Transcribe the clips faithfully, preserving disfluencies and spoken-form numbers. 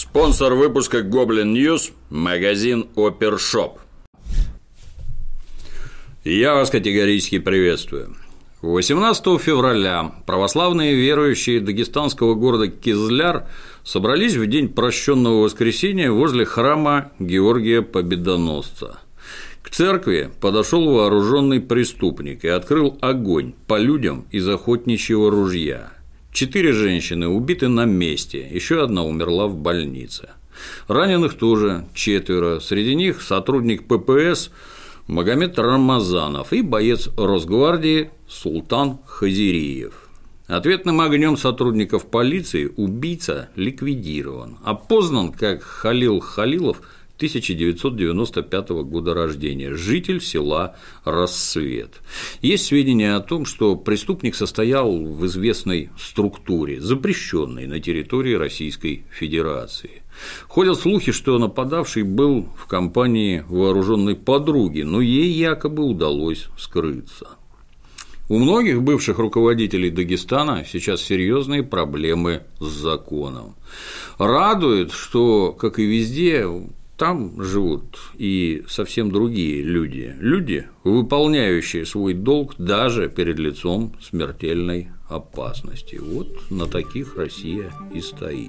Спонсор выпуска Гоблин Ньюс – магазин Опершоп. Я вас категорически приветствую. восемнадцатого февраля православные верующие дагестанского города Кизляр собрались в день прощенного воскресения возле храма Георгия Победоносца. К церкви подошел вооруженный преступник и открыл огонь по людям из охотничьего ружья. Четыре женщины убиты на месте, еще одна умерла в больнице. Раненых тоже четверо, среди них сотрудник ППС Магомед Рамазанов и боец Росгвардии Султан Хазириев. Ответным огнем сотрудников полиции убийца ликвидирован, опознан как Халил Халилов, тысяча девятьсот девяносто пятого года рождения, житель села Рассвет. Есть сведения о том, что преступник состоял в известной структуре, запрещенной на территории Российской Федерации. Ходят слухи, что нападавший был в компании вооруженной подруги, но ей якобы удалось скрыться. У многих бывших руководителей Дагестана сейчас серьезные проблемы с законом. Радует, что, как и везде, там живут и совсем другие люди, люди, выполняющие свой долг даже перед лицом смертельной опасности. Вот на таких Россия и стоит.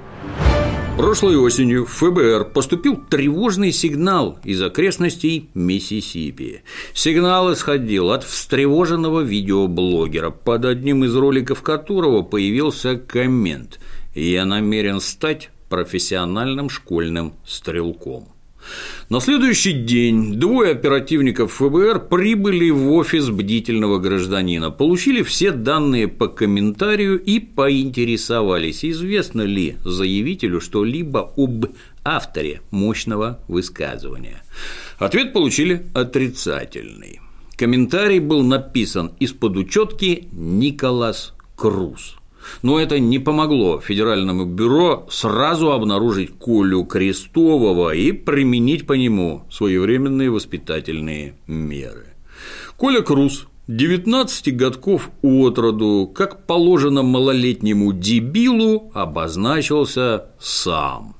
Прошлой осенью в ФБР поступил тревожный сигнал из окрестностей Миссисипи. Сигнал исходил от встревоженного видеоблогера, под одним из роликов которого появился коммент: «Я намерен стать профессиональным школьным стрелком». На следующий день двое оперативников ФБР прибыли в офис бдительного гражданина, получили все данные по комментарию и поинтересовались, известно ли заявителю что-либо об авторе мощного высказывания. Ответ получили отрицательный. Комментарий был написан из-под учетки «Николас Круз». Но это не помогло Федеральному бюро сразу обнаружить Колю Крестового и применить по нему своевременные воспитательные меры. Коля Круз, девятнадцати годков от роду, как положено малолетнему дебилу, обозначился сам.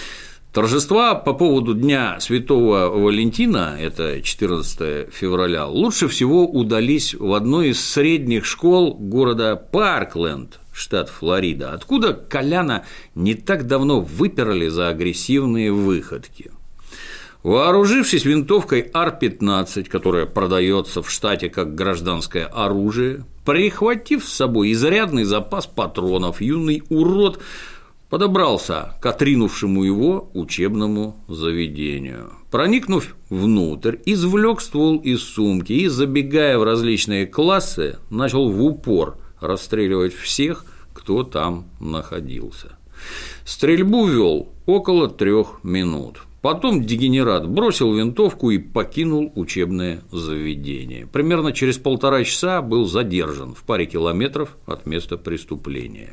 Торжества по поводу Дня Святого Валентина, это четырнадцатого февраля, лучше всего удались в одной из средних школ города Паркленд, штат Флорида, откуда Коляна не так давно выперли за агрессивные выходки. Вооружившись винтовкой Ар пятнадцать, которая продается в штате как гражданское оружие, прихватив с собой изрядный запас патронов, юный урод подобрался к отринувшему его учебному заведению. Проникнув внутрь, извлек ствол из сумки и, забегая в различные классы, начал в упор расстреливать всех, кто там находился. Стрельбу вел около трех минут. Потом дегенерат бросил винтовку и покинул учебное заведение. Примерно через полтора часа был задержан в паре километров от места преступления.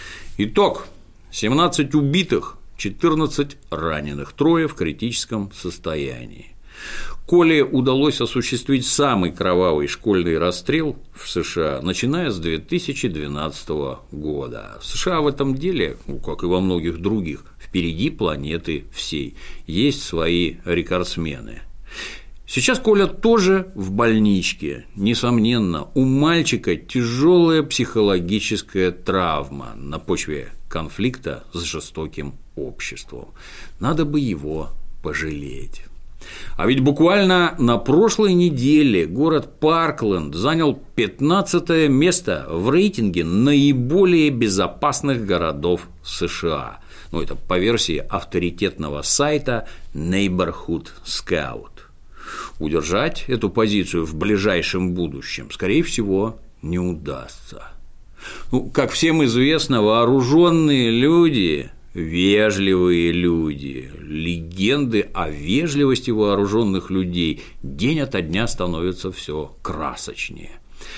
Итог: семнадцать убитых, четырнадцать раненых, трое в критическом состоянии. Коле удалось осуществить самый кровавый школьный расстрел в США, начиная с две тысячи двенадцатого года. В США в этом деле, ну, как и во многих других, впереди планеты всей. Есть свои рекордсмены. Сейчас Коля тоже в больничке. Несомненно, у мальчика тяжелая психологическая травма на почве конфликта с жестоким обществом. Надо бы его пожалеть. А ведь буквально на прошлой неделе город Паркленд занял пятнадцатое место в рейтинге наиболее безопасных городов США. Ну, это по версии авторитетного сайта Neighborhood Scout. Удержать эту позицию в ближайшем будущем, скорее всего, не удастся. Ну, как всем известно, вооруженные люди – вежливые люди. Легенды о вежливости вооруженных людей день ото дня становятся все красочнее.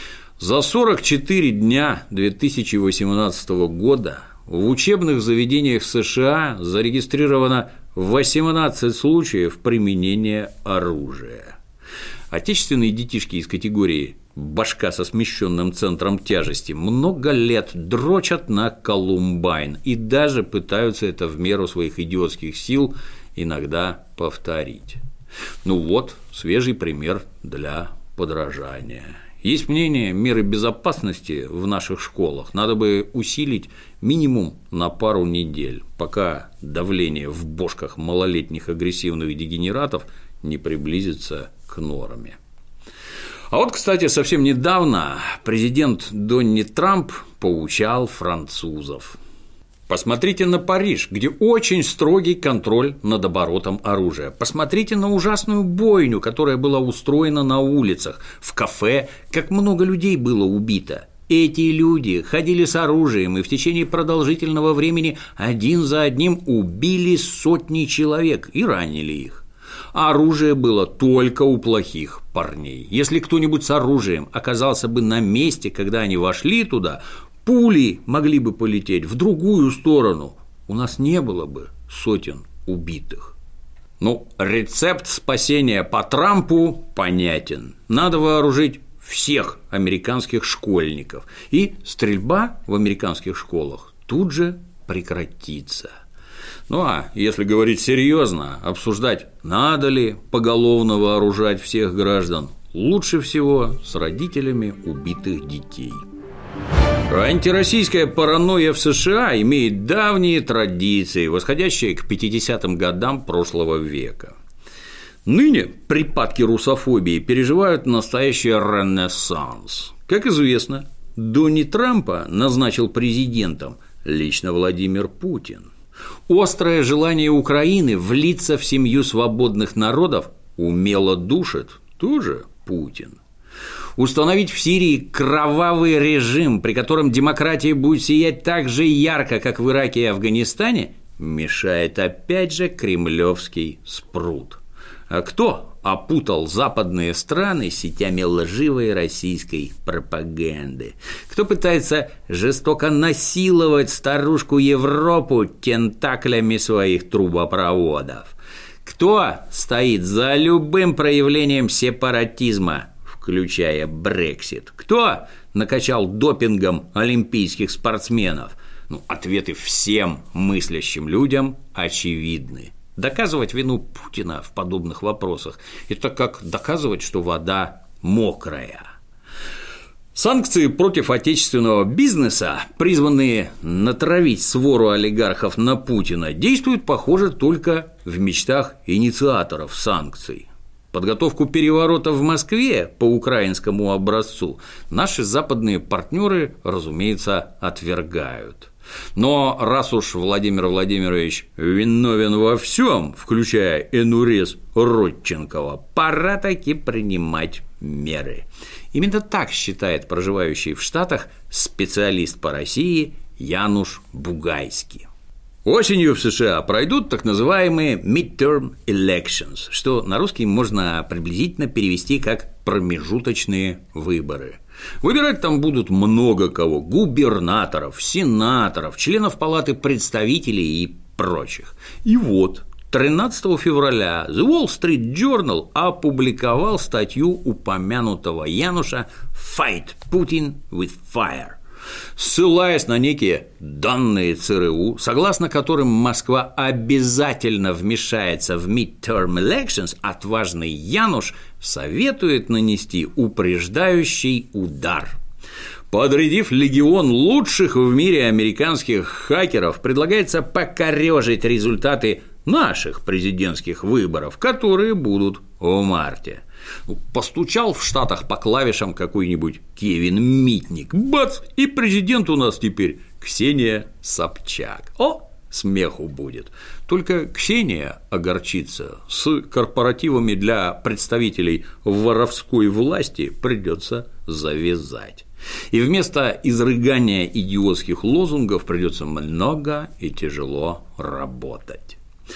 За сорок четыре дня две тысячи восемнадцатого года в учебных заведениях США зарегистрировано восемнадцать случаев применения оружия. Отечественные детишки из категории башка со смещенным центром тяжести, много лет дрочат на Колумбайн и даже пытаются это в меру своих идиотских сил иногда повторить. Ну вот, свежий пример для подражания. Есть мнение, меры безопасности в наших школах надо бы усилить минимум на пару недель, пока давление в бошках малолетних агрессивных дегенератов не приблизится к норме. А вот, кстати, совсем недавно президент Дональд Трамп поучал французов. Посмотрите на Париж, где очень строгий контроль над оборотом оружия. Посмотрите на ужасную бойню, которая была устроена на улицах, в кафе, как много людей было убито. Эти люди ходили с оружием и в течение продолжительного времени один за одним убили сотни человек и ранили их. Оружие было только у плохих парней. Если кто-нибудь с оружием оказался бы на месте, когда они вошли туда, пули могли бы полететь в другую сторону. У нас не было бы сотен убитых. Ну, рецепт спасения по Трампу понятен. Надо вооружить всех американских школьников, и стрельба в американских школах тут же прекратится. Ну а если говорить серьезно, обсуждать, надо ли поголовно вооружать всех граждан, лучше всего с родителями убитых детей. Антироссийская паранойя в США имеет давние традиции, восходящие к пятидесятым годам прошлого века. Ныне припадки русофобии переживают настоящий ренессанс. Как известно, Дональда Трампа назначил президентом лично Владимир Путин. Острое желание Украины влиться в семью свободных народов умело душит тоже Путин. Установить в Сирии кровавый режим, при котором демократия будет сиять так же ярко, как в Ираке и Афганистане, мешает опять же кремлевский спрут. А кто опутал западные страны сетями лживой российской пропаганды? Кто пытается жестоко насиловать старушку Европу тентаклями своих трубопроводов? Кто стоит за любым проявлением сепаратизма, включая Брексит? Кто накачал допингом олимпийских спортсменов? Ну, ответы всем мыслящим людям очевидны. Доказывать вину Путина в подобных вопросах – это как доказывать, что вода мокрая. Санкции против отечественного бизнеса, призванные натравить свору олигархов на Путина, действуют, похоже, только в мечтах инициаторов санкций. Подготовку переворота в Москве по украинскому образцу наши западные партнеры, разумеется, отвергают. Но раз уж Владимир Владимирович виновен во всем, включая энурез Родченкова, пора таки принимать меры. Именно так считает проживающий в Штатах специалист по России Януш Бугайский. Осенью в США пройдут так называемые midterm elections, что на русский можно приблизительно перевести как промежуточные выборы. Выбирать там будут много кого – губернаторов, сенаторов, членов Палаты представителей и прочих. И вот тринадцатого февраля The Wall Street Journal опубликовал статью упомянутого Януша «Fight Putin with fire», ссылаясь на некие данные ЦРУ, согласно которым Москва обязательно вмешается в midterm elections, отважный Януш советует нанести упреждающий удар. Подрядив легион лучших в мире американских хакеров, предлагается покорёжить результаты наших президентских выборов, которые будут в марте. Постучал в Штатах по клавишам какой-нибудь Кевин Митник, бац, и президент у нас теперь Ксения Собчак. О, смеху будет. Только Ксения огорчится, с корпоративами для представителей воровской власти придется завязать. И вместо изрыгания идиотских лозунгов придется много и тяжело работать.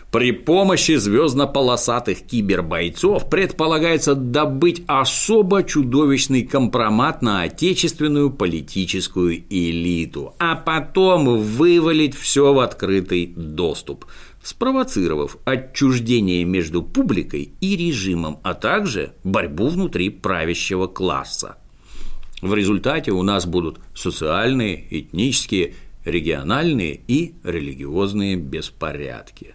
При помощи звездно-полосатых кибербойцов предполагается добыть особо чудовищный компромат на отечественную политическую элиту, а потом вывалить все в открытый доступ, спровоцировав отчуждение между публикой и режимом, а также борьбу внутри правящего класса. В результате у нас будут социальные, этнические, региональные и религиозные беспорядки.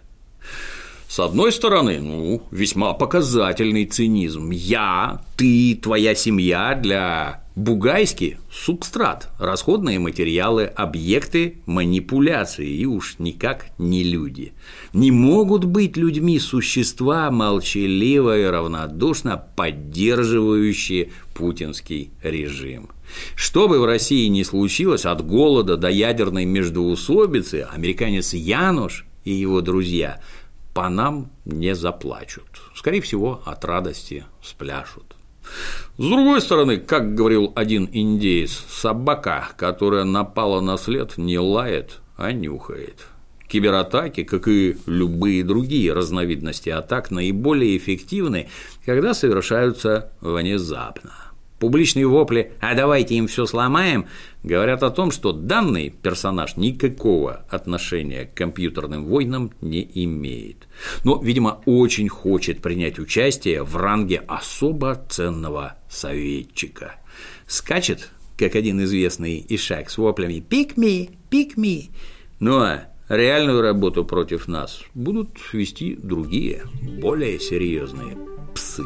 С одной стороны, ну, весьма показательный цинизм. Я, ты, твоя семья для Бугайски – субстрат, расходные материалы, объекты манипуляции и уж никак не люди. Не могут быть людьми существа, молчаливо и равнодушно поддерживающие путинский режим. Что бы в России ни случилось, от голода до ядерной междоусобицы, американец Януш и его друзья по нам не заплачут. Скорее всего, от радости спляшут. С другой стороны, как говорил один индеец, собака, которая напала на след, не лает, а нюхает. Кибератаки, как и любые другие разновидности атак, наиболее эффективны, когда совершаются внезапно. Публичные вопли «а давайте им все сломаем» говорят о том, что данный персонаж никакого отношения к компьютерным войнам не имеет, но, видимо, очень хочет принять участие в ранге особо ценного советчика. Скачет, как один известный ишак с воплями «pick me, pick me», ну а реальную работу против нас будут вести другие, более серьезные псы.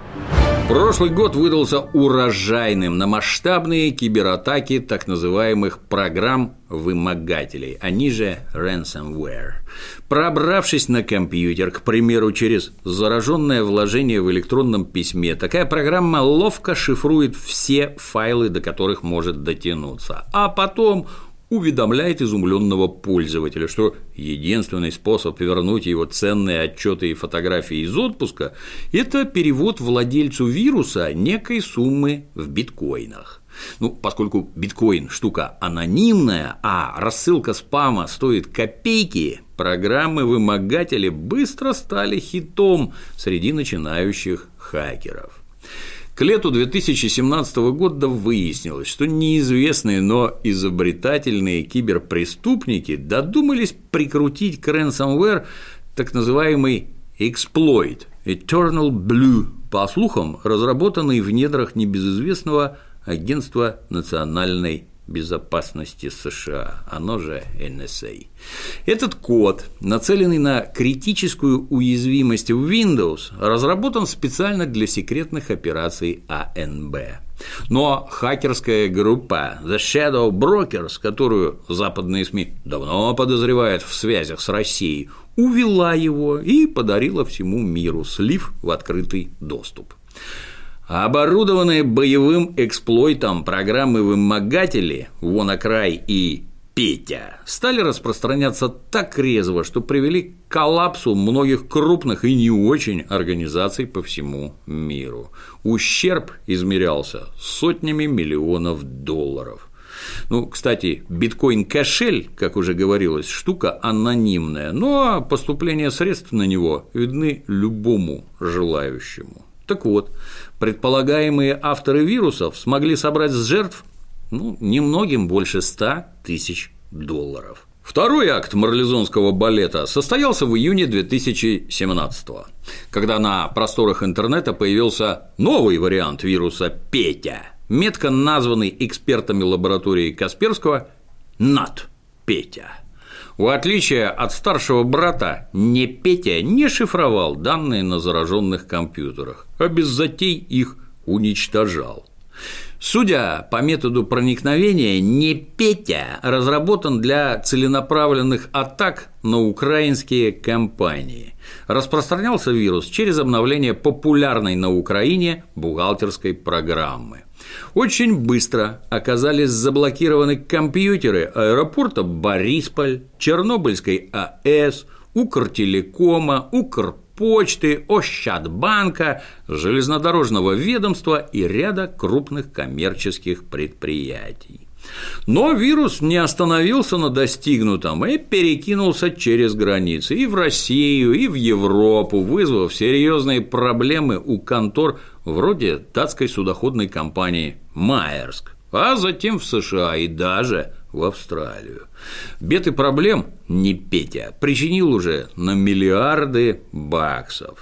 Прошлый год выдался урожайным на масштабные кибератаки так называемых программ-вымогателей, они же ransomware. Пробравшись на компьютер, к примеру, через зараженное вложение в электронном письме, такая программа ловко шифрует все файлы, до которых может дотянуться, а потом уведомляет изумленного пользователя, что единственный способ вернуть его ценные отчеты и фотографии из отпуска – это перевод владельцу вируса некой суммы в биткоинах. Ну, поскольку биткоин – штука анонимная, а рассылка спама стоит копейки, программы-вымогатели быстро стали хитом среди начинающих хакеров. К лету две тысячи семнадцатого года выяснилось, что неизвестные, но изобретательные киберпреступники додумались прикрутить к ransomware так называемый эксплойт Eternal Blue, по слухам, разработанный в недрах небезызвестного Агентства национальной безопасности США, оно же эн эс эй. Этот код, нацеленный на критическую уязвимость в Windows, разработан специально для секретных операций а эн бэ. Но хакерская группа The Shadow Brokers, которую западные СМИ давно подозревают в связях с Россией, увела его и подарила всему миру, слив в открытый доступ. Оборудованные боевым эксплойтом программы-вымогатели WannaCry и Петя стали распространяться так резво, что привели к коллапсу многих крупных и не очень организаций по всему миру. Ущерб измерялся сотнями миллионов долларов. Ну, кстати, биткоин-кошель, как уже говорилось, штука анонимная, но поступление средств на него видны любому желающему. Так вот, предполагаемые авторы вирусов смогли собрать с жертв, ну, немногим больше ста тысяч долларов. Второй акт марлезонского балета состоялся в июне две тысячи семнадцатого, когда на просторах интернета появился новый вариант вируса Петя, метко названный экспертами лаборатории Касперского «Нат-Петя». В отличие от старшего брата, не Петя не шифровал данные на зараженных компьютерах, а без затей их уничтожал. Судя по методу проникновения, не Петя разработан для целенаправленных атак на украинские компании. Распространялся вирус через обновление популярной на Украине бухгалтерской программы. Очень быстро оказались заблокированы компьютеры аэропорта Борисполь, Чернобыльской а эс, Укртелекома, Укрпочты, Ощадбанка, железнодорожного ведомства и ряда крупных коммерческих предприятий. Но вирус не остановился на достигнутом и перекинулся через границы и в Россию, и в Европу, вызвав серьезные проблемы у контор вроде датской судоходной компании «Маерск», а затем в США и даже в Австралию. Бед и проблем не Петя причинил уже на миллиарды баксов.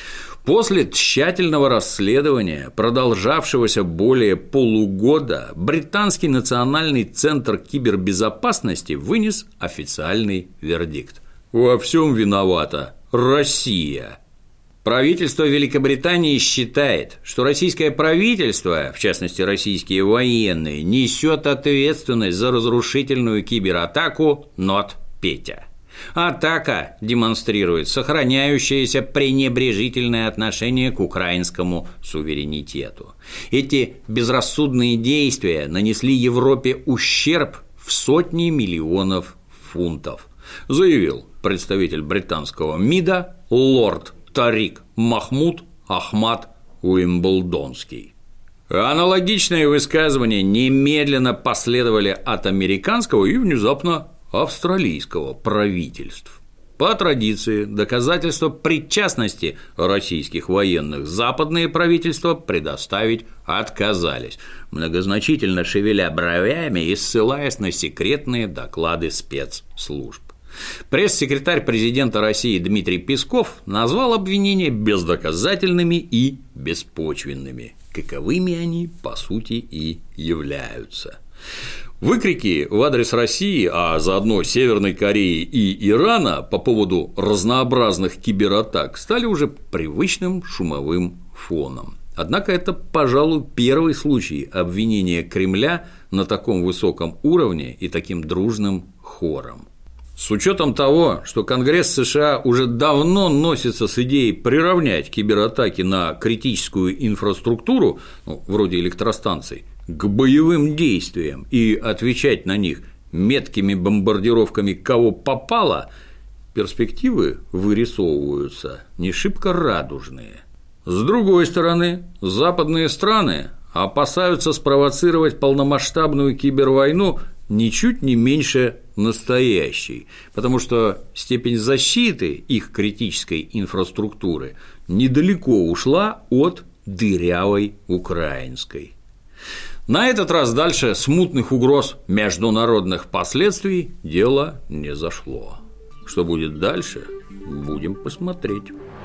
После тщательного расследования, продолжавшегося более полугода, Британский национальный центр кибербезопасности вынес официальный вердикт. Во всем виновата Россия. Правительство Великобритании считает, что российское правительство, в частности российские военные, несет ответственность за разрушительную кибератаку «Нот Петя». Атака демонстрирует сохраняющееся пренебрежительное отношение к украинскому суверенитету. Эти безрассудные действия нанесли Европе ущерб в сотни миллионов фунтов, заявил представитель британского МИДа лорд Тарик Махмуд Ахмад Уимблдонский. Аналогичные высказывания немедленно последовали от американского и внезапно австралийского правительств. По традиции доказательства причастности российских военных западные правительства предоставить отказались, многозначительно шевеля бровями и ссылаясь на секретные доклады спецслужб. Пресс-секретарь президента России Дмитрий Песков назвал обвинения бездоказательными и беспочвенными, каковыми они по сути и являются. Выкрики в адрес России, а заодно Северной Кореи и Ирана по поводу разнообразных кибератак стали уже привычным шумовым фоном. Однако это, пожалуй, первый случай обвинения Кремля на таком высоком уровне и таким дружным хором. С учетом того, что Конгресс США уже давно носится с идеей приравнять кибератаки на критическую инфраструктуру, ну, вроде электростанций, к боевым действиям и отвечать на них меткими бомбардировками кого попало, перспективы вырисовываются не шибко радужные. С другой стороны, западные страны опасаются спровоцировать полномасштабную кибервойну ничуть не меньше настоящей, потому что степень защиты их критической инфраструктуры недалеко ушла от дырявой украинской. На этот раз дальше смутных угроз международных последствий дело не зашло. Что будет дальше, будем посмотреть.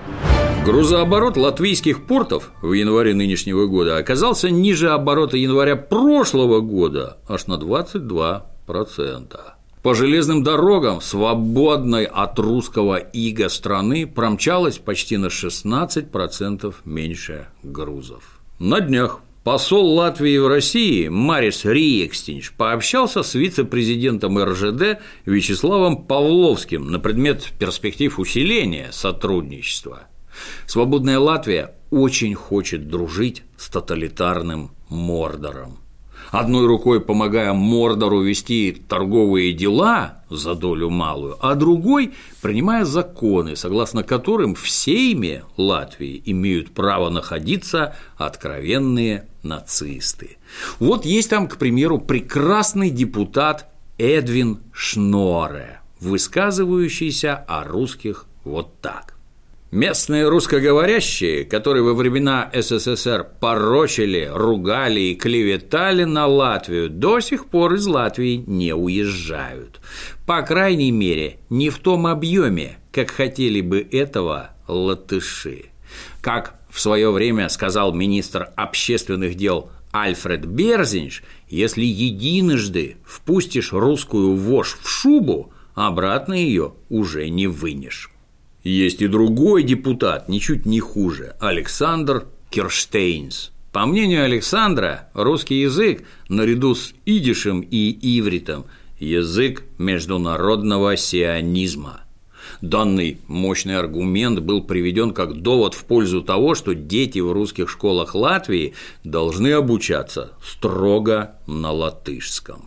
Грузооборот латвийских портов в январе нынешнего года оказался ниже оборота января прошлого года аж на двадцать два процента. По железным дорогам свободной от русского ига страны промчалось почти на шестнадцать процентов меньше грузов. На днях посол Латвии в России Марис Риекстинш пообщался с вице-президентом эр жэ дэ Вячеславом Павловским на предмет перспектив усиления сотрудничества. Свободная Латвия очень хочет дружить с тоталитарным Мордором. Одной рукой помогая Мордору вести торговые дела за долю малую, а другой принимая законы, согласно которым в Сейме Латвии имеют право находиться откровенные нацисты. Вот есть там, к примеру, прекрасный депутат Эдвин Шноре, высказывающийся о русских вот так. Местные русскоговорящие, которые во времена эс эс эс эр порочили, ругали и клеветали на Латвию, до сих пор из Латвии не уезжают. По крайней мере, не в том объеме, как хотели бы этого латыши. Как в свое время сказал министр общественных дел Альфред Берзинш, если единожды впустишь русскую вошь в шубу, обратно ее уже не вынешь. Есть и другой депутат, ничуть не хуже, Александр Кирштейнс. По мнению Александра, русский язык, наряду с идишем и ивритом, язык международного сионизма. Данный мощный аргумент был приведен как довод в пользу того, что дети в русских школах Латвии должны обучаться строго на латышском.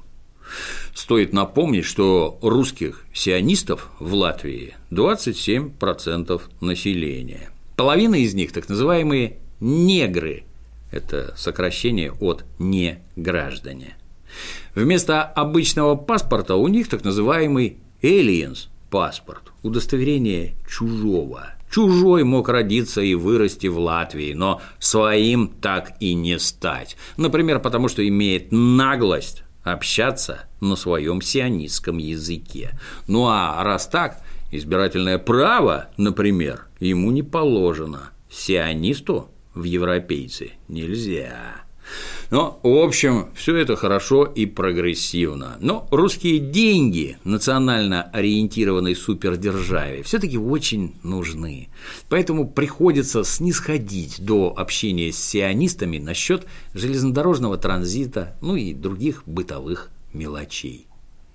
Стоит напомнить, что русских сионистов в Латвии двадцать семь процентов населения. Половина из них так называемые негры. Это сокращение от неграждане. Вместо обычного паспорта у них так называемый aliens паспорт, удостоверение чужого. Чужой мог родиться и вырасти в Латвии, но своим так и не стать. Например, потому что имеет наглость общаться на своем сионистском языке. Ну а раз так, избирательное право, например, ему не положено. Сионисту в европейцы нельзя. Ну, в общем, все это хорошо и прогрессивно. Но русские деньги национально ориентированной супердержаве все-таки очень нужны. Поэтому приходится снисходить до общения с сионистами насчет железнодорожного транзита, ну и других бытовых мелочей.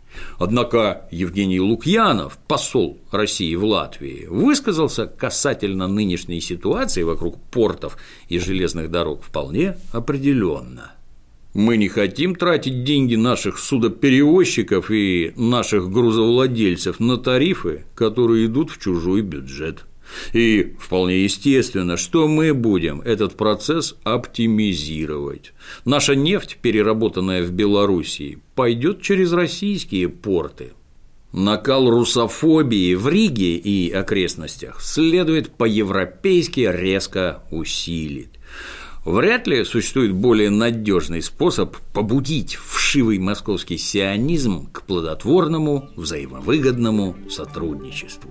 Однако Евгений Лукьянов, посол России в Латвии, высказался касательно нынешней ситуации вокруг портов и железных дорог вполне определенно. Мы не хотим тратить деньги наших судоперевозчиков и наших грузовладельцев на тарифы, которые идут в чужой бюджет. И вполне естественно, что мы будем этот процесс оптимизировать. Наша нефть, переработанная в Белоруссии, пойдет через российские порты. Накал русофобии в Риге и окрестностях следует по-европейски резко усилить. Вряд ли существует более надежный способ побудить вшивый московский сионизм к плодотворному, взаимовыгодному сотрудничеству.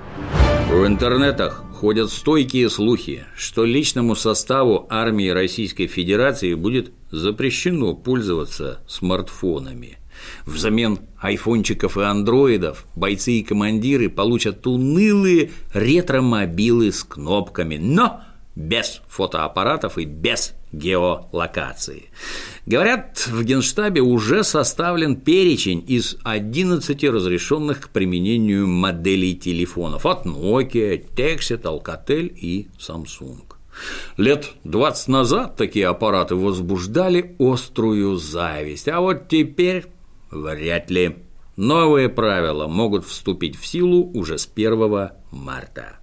В интернетах ходят стойкие слухи, что личному составу армии Российской Федерации будет запрещено пользоваться смартфонами. Взамен айфончиков и андроидов бойцы и командиры получат унылые ретромобилы с кнопками, но без фотоаппаратов и без геолокации. Говорят, в Генштабе уже составлен перечень из одиннадцати разрешенных к применению моделей телефонов от Nokia, Texit, Alcatel и Samsung. Лет двадцать назад такие аппараты возбуждали острую зависть, а вот теперь вряд ли. Новые правила могут вступить в силу уже с первого марта.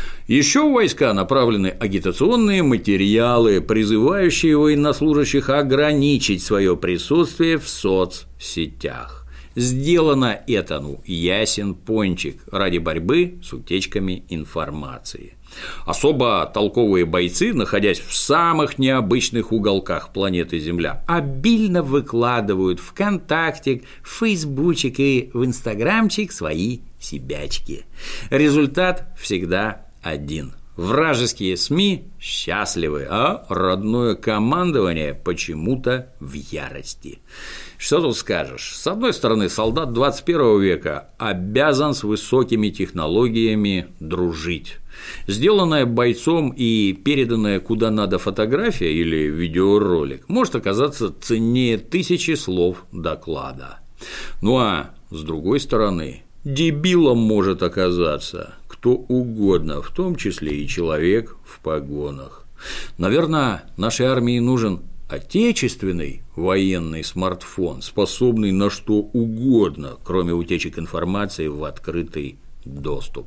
Еще в войска направлены агитационные материалы, призывающие военнослужащих ограничить свое присутствие в соцсетях. Сделано это, ну, ясен пончик, ради борьбы с утечками информации. Особо толковые бойцы, находясь в самых необычных уголках планеты Земля, обильно выкладывают в ВКонтактик, в Фейсбучик и в Инстаграмчик свои себячки. Результат всегда один. Вражеские СМИ счастливы, а родное командование почему-то в ярости. Что тут скажешь? С одной стороны, солдат двадцать первого века обязан с высокими технологиями дружить. Сделанная бойцом и переданная куда надо фотография или видеоролик может оказаться ценнее тысячи слов доклада. Ну а с другой стороны, дебилом может оказаться кто угодно, в том числе и человек в погонах. Наверное, нашей армии нужен отечественный военный смартфон, способный на что угодно, кроме утечек информации в открытый доступ.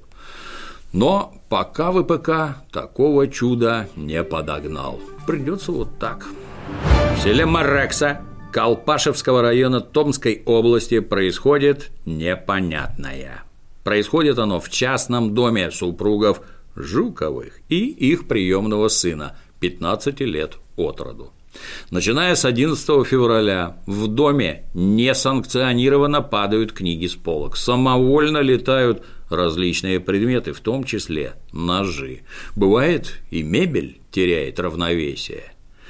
Но пока ВПК такого чуда не подогнал. Придется вот так. В селе Марекса Колпашевского района Томской области происходит непонятное. Происходит оно в частном доме супругов Жуковых и их приемного сына, пятнадцати лет от роду. Начиная с одиннадцатого февраля в доме несанкционированно падают книги с полок, самовольно летают различные предметы, в том числе ножи. Бывает, и мебель теряет равновесие.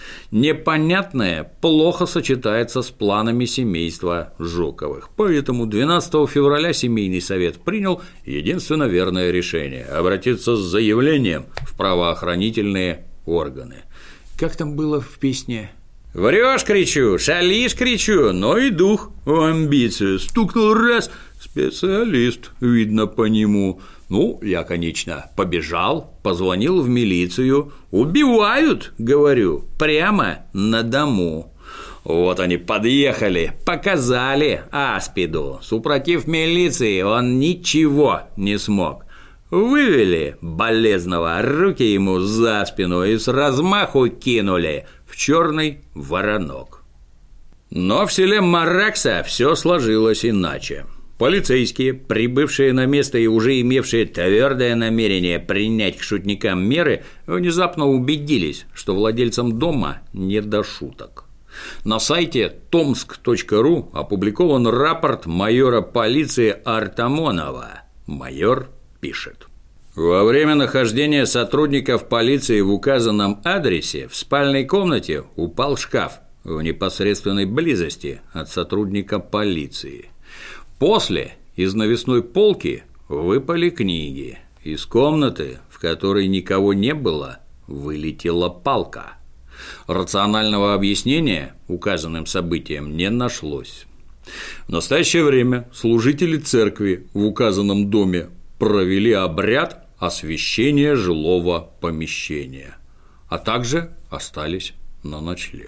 Непонятное плохо сочетается с планами семейства Жуковых, поэтому двенадцатого февраля семейный совет принял единственно верное решение – обратиться с заявлением в правоохранительные органы. Как там было в песне? «Врёшь, кричу, шалишь, кричу, но и дух в амбицию. Стукнул раз, специалист, видно по нему. Ну, я, конечно, побежал, позвонил в милицию. Убивают, говорю, прямо на дому. Вот они подъехали, показали аспиду. Супротив милиции он ничего не смог. Вывели болезного, руки ему за спину и с размаху кинули в черный воронок». Но в селе Маракса все сложилось иначе. Полицейские, прибывшие на место и уже имевшие твердое намерение принять к шутникам меры, внезапно убедились, что владельцам дома не до шуток. На сайте томск точка ру опубликован рапорт майора полиции Артамонова. Майор пишет: во время нахождения сотрудников полиции в указанном адресе в спальной комнате упал шкаф в непосредственной близости от сотрудника полиции. После из навесной полки выпали книги. Из комнаты, в которой никого не было, вылетела палка. Рационального объяснения указанным событиям не нашлось. В настоящее время служители церкви в указанном доме провели обряд освящения жилого помещения, а также остались на ночлег.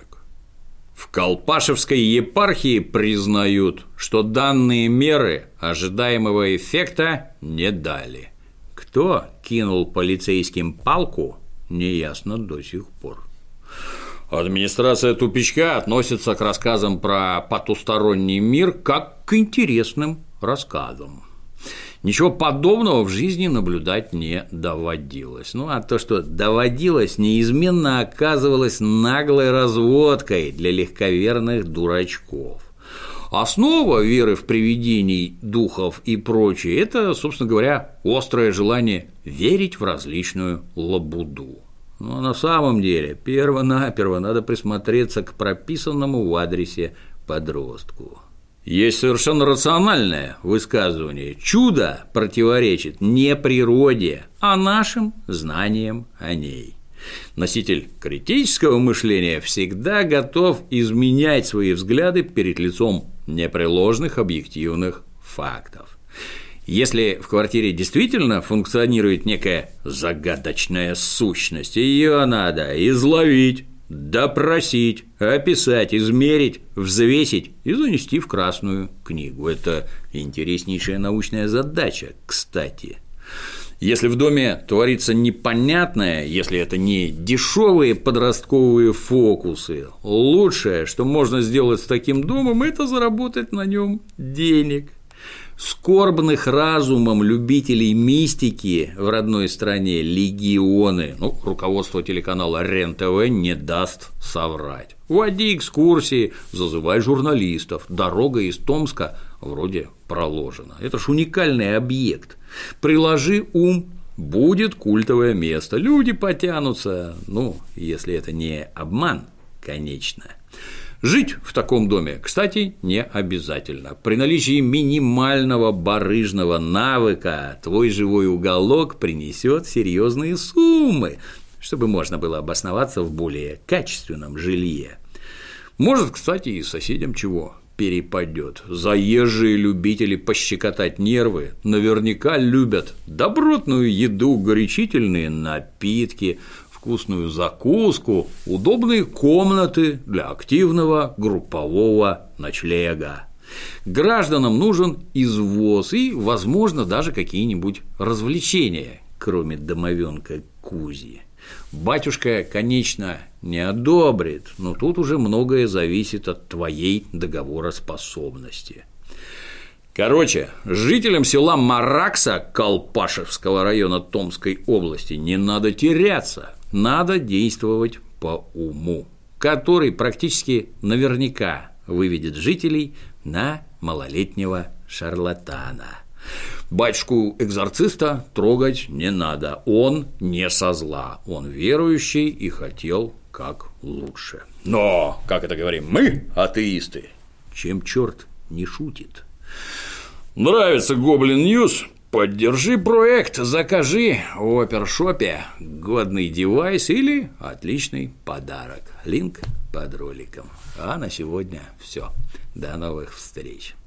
В Колпашевской епархии признают, что данные меры ожидаемого эффекта не дали. Кто кинул полицейским палку, неясно до сих пор. Администрация тупичка относится к рассказам про потусторонний мир как к интересным рассказам. Ничего подобного в жизни наблюдать не доводилось. Ну, а то, что доводилось, неизменно оказывалось наглой разводкой для легковерных дурачков. Основа веры в привидений, духов и прочее – это, собственно говоря, острое желание верить в различную лабуду. Но на самом деле перво-наперво надо присмотреться к прописанному в адресе подростку. Есть совершенно рациональное высказывание: чудо противоречит не природе, а нашим знаниям о ней. Носитель критического мышления всегда готов изменять свои взгляды перед лицом непреложных объективных фактов. Если в квартире действительно функционирует некая загадочная сущность, ее надо изловить, допросить, описать, измерить, взвесить и занести в Красную книгу. Это интереснейшая научная задача, кстати. Если в доме творится непонятное, если это не дешевые подростковые фокусы, лучшее, что можно сделать с таким домом, это заработать на нем денег. Скорбных разумом любителей мистики в родной стране легионы, ну, руководство телеканала РЕН-ТВ не даст соврать. Вводи экскурсии, зазывай журналистов, дорога из Томска вроде проложена. Это ж уникальный объект. Приложи ум, будет культовое место, люди потянутся, ну, если это не обман, конечно. Жить в таком доме, кстати, не обязательно. При наличии минимального барыжного навыка твой живой уголок принесет серьезные суммы, чтобы можно было обосноваться в более качественном жилье. Может, кстати, и соседям чего перепадет. Заезжие любители пощекотать нервы наверняка любят добротную еду, горячительные напитки, вкусную закуску, удобные комнаты для активного группового ночлега. Гражданам нужен извоз и, возможно, даже какие-нибудь развлечения, кроме домовенка Кузи. Батюшка, конечно, не одобрит, но тут уже многое зависит от твоей договороспособности. Короче, жителям села Маракса Колпашевского района Томской области не надо теряться, надо действовать по уму, который практически наверняка выведет жителей на малолетнего шарлатана. Батюшку-экзорциста трогать не надо, он не со зла, он верующий и хотел как лучше. Но, как это говорим мы, атеисты, чем черт не шутит. Нравится Гоблин Ньюс? Поддержи проект, закажи в опершопе годный девайс или отличный подарок. Линк под роликом. А на сегодня все. До новых встреч.